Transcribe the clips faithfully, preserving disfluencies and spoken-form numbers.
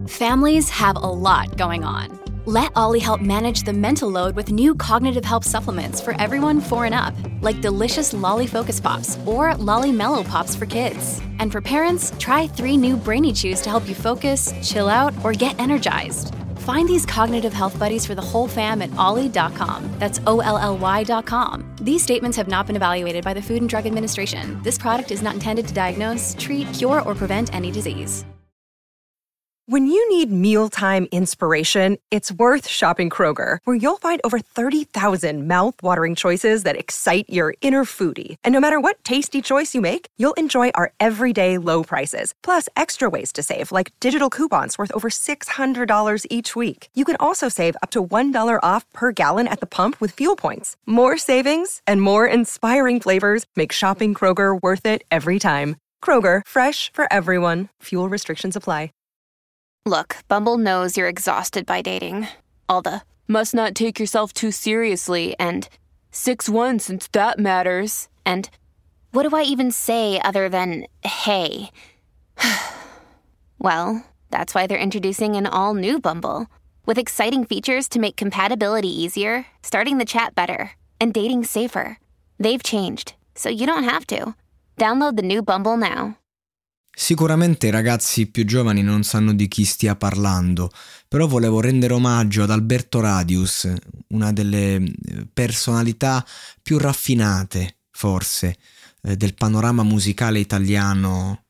Families have a lot going on. Let Ollie help manage the mental load with new cognitive help supplements for everyone four and up, like delicious Lolly Focus Pops or Lolly Mellow Pops for kids. And for parents, try three new Brainy Chews to help you focus, chill out, or get energized. Find these cognitive health buddies for the whole fam at ollie dot com. That's O L L Y dot com. These statements have not been evaluated by the Food and Drug Administration. This product is not intended to diagnose, treat, cure, or prevent any disease. When you need mealtime inspiration, it's worth shopping Kroger, where you'll find over thirty thousand mouth-watering choices that excite your inner foodie. And no matter what tasty choice you make, you'll enjoy our everyday low prices, plus extra ways to save, like digital coupons worth over six hundred dollars each week. You can also save up to one dollar off per gallon at the pump with fuel points. More savings and more inspiring flavors make shopping Kroger worth it every time. Kroger, fresh for everyone. Fuel restrictions apply. Look, Bumble knows you're exhausted by dating. All the, must not take yourself too seriously, and six one since that matters, and what do I even say other than, hey? Well, that's why they're introducing an all-new Bumble, with exciting features to make compatibility easier, starting the chat better, and dating safer. They've changed, so you don't have to. Download the new Bumble now. Sicuramente i ragazzi più giovani non sanno di chi stia parlando, però volevo rendere omaggio ad Alberto Radius, una delle personalità più raffinate, forse, eh, del panorama musicale italiano,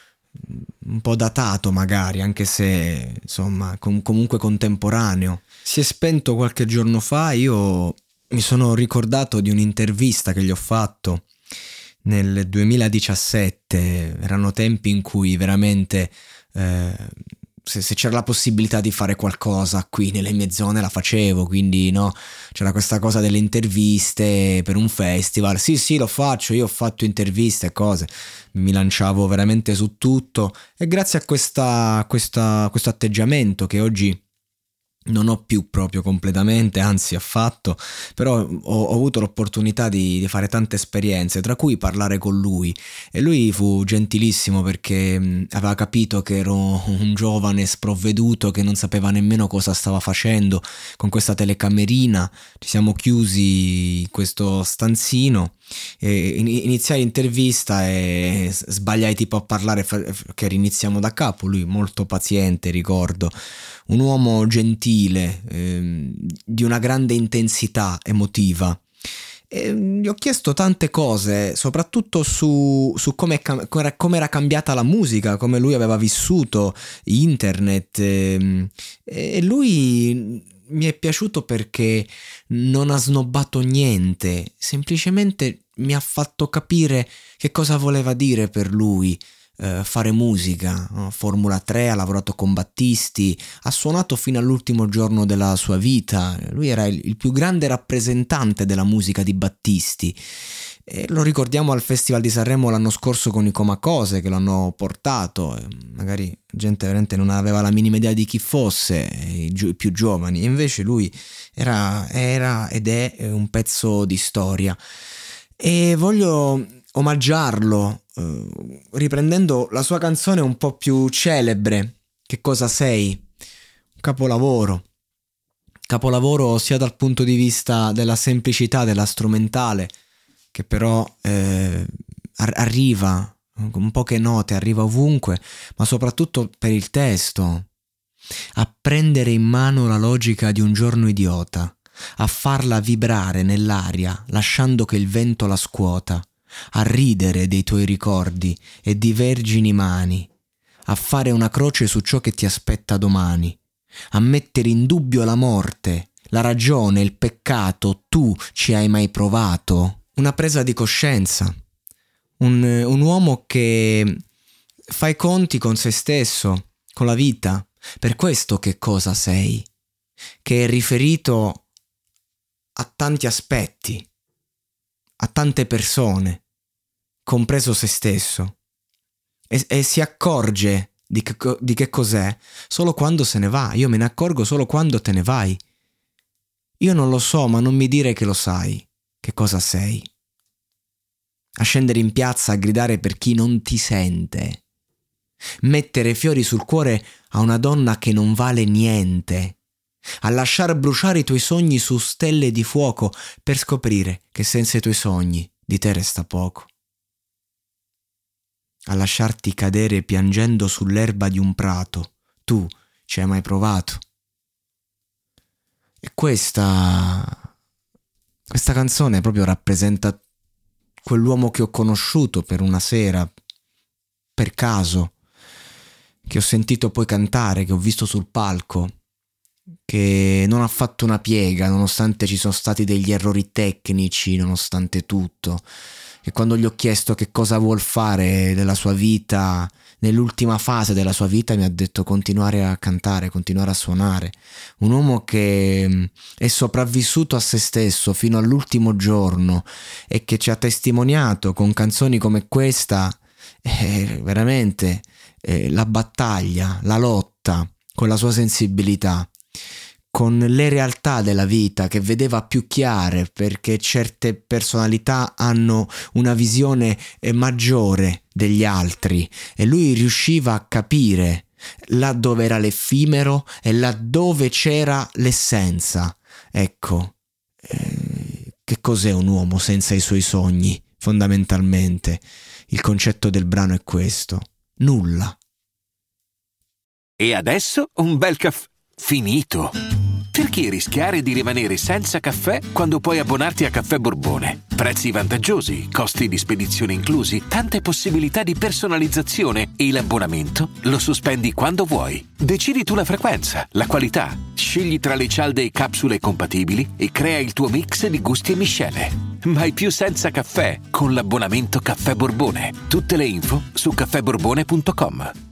un po' datato magari, anche se, insomma, com- comunque contemporaneo. Si è spento qualche giorno fa, io mi sono ricordato di un'intervista che gli ho fatto nel duemiladiciassette. Erano tempi in cui veramente eh, se, se c'era la possibilità di fare qualcosa qui nelle mie zone la facevo, quindi no, c'era questa cosa delle interviste per un festival, sì sì lo faccio, io ho fatto interviste e cose, mi lanciavo veramente su tutto, e grazie a questa, questa, questo atteggiamento che oggi non ho più proprio completamente, anzi affatto, però ho, ho avuto l'opportunità di, di fare tante esperienze, tra cui parlare con lui, e lui fu gentilissimo perché mh, aveva capito che ero un giovane sprovveduto che non sapeva nemmeno cosa stava facendo con questa telecamerina. Ci siamo chiusi in questo stanzino e iniziai l'intervista e sbagliai tipo a parlare che riniziamo da capo. Lui molto paziente, ricordo, un uomo gentile, ehm, di una grande intensità emotiva. E gli ho chiesto tante cose, soprattutto su, su come era cambiata la musica, come lui aveva vissuto internet, e, e lui mi è piaciuto perché non ha snobbato niente, semplicemente mi ha fatto capire che cosa voleva dire per lui eh, fare musica, no? Formula tre, ha lavorato con Battisti, ha suonato fino all'ultimo giorno della sua vita, lui era il, il più grande rappresentante della musica di Battisti. E lo ricordiamo al Festival di Sanremo l'anno scorso con i Comacose, che l'hanno portato, magari gente veramente non aveva la minima idea di chi fosse, i, gi- i più giovani, e invece lui era, era ed è un pezzo di storia. E voglio omaggiarlo eh, riprendendo la sua canzone un po' più celebre, Che cosa sei? Un capolavoro. Capolavoro sia dal punto di vista della semplicità della strumentale, che però eh, arriva con poche note, arriva ovunque, ma soprattutto per il testo. A prendere in mano la logica di un giorno idiota, a farla vibrare nell'aria lasciando che il vento la scuota, a ridere dei tuoi ricordi e di vergini mani, a fare una croce su ciò che ti aspetta domani, a mettere in dubbio la morte, la ragione, il peccato. Tu ci hai mai provato? Una presa di coscienza, un, un uomo che fa i conti con se stesso, con la vita. Per questo Che cosa sei? Che è riferito a tanti aspetti, a tante persone, compreso se stesso, e, e si accorge di che, di che cos'è solo quando se ne va. Io me ne accorgo solo quando te ne vai. Io non lo so, ma non mi dire che lo sai. Che cosa sei? A scendere in piazza a gridare per chi non ti sente. mettere fiori sul cuore a una donna che non vale niente, a lasciar bruciare i tuoi sogni su stelle di fuoco per scoprire che senza i tuoi sogni di te resta poco, a lasciarti cadere piangendo sull'erba di un prato. Tu ci hai mai provato? E questa questa canzone proprio rappresenta quell'uomo che ho conosciuto per una sera, per caso, che ho sentito poi cantare, che ho visto sul palco, che non ha fatto una piega nonostante ci sono stati degli errori tecnici, nonostante tutto, e quando gli ho chiesto che cosa vuol fare della sua vita, nell'ultima fase della sua vita, mi ha detto continuare a cantare, continuare a suonare. Un uomo che è sopravvissuto a se stesso fino all'ultimo giorno e che ci ha testimoniato con canzoni come questa eh, veramente eh, la battaglia, la lotta con la sua sensibilità, con le realtà della vita che vedeva più chiare, perché certe personalità hanno una visione maggiore degli altri e lui riusciva a capire là dove era l'effimero e là dove c'era l'essenza. Ecco, eh, che cos'è un uomo senza i suoi sogni? Fondamentalmente il concetto del brano è questo: nulla. E adesso un bel caffè finito. Perché rischiare di rimanere senza caffè quando puoi abbonarti a Caffè Borbone? Prezzi vantaggiosi, costi di spedizione inclusi, tante possibilità di personalizzazione e l'abbonamento lo sospendi quando vuoi. Decidi tu la frequenza, la qualità, scegli tra le cialde e capsule compatibili e crea il tuo mix di gusti e miscele. Mai più senza caffè con l'abbonamento Caffè Borbone. Tutte le info su caffè borbone punto com.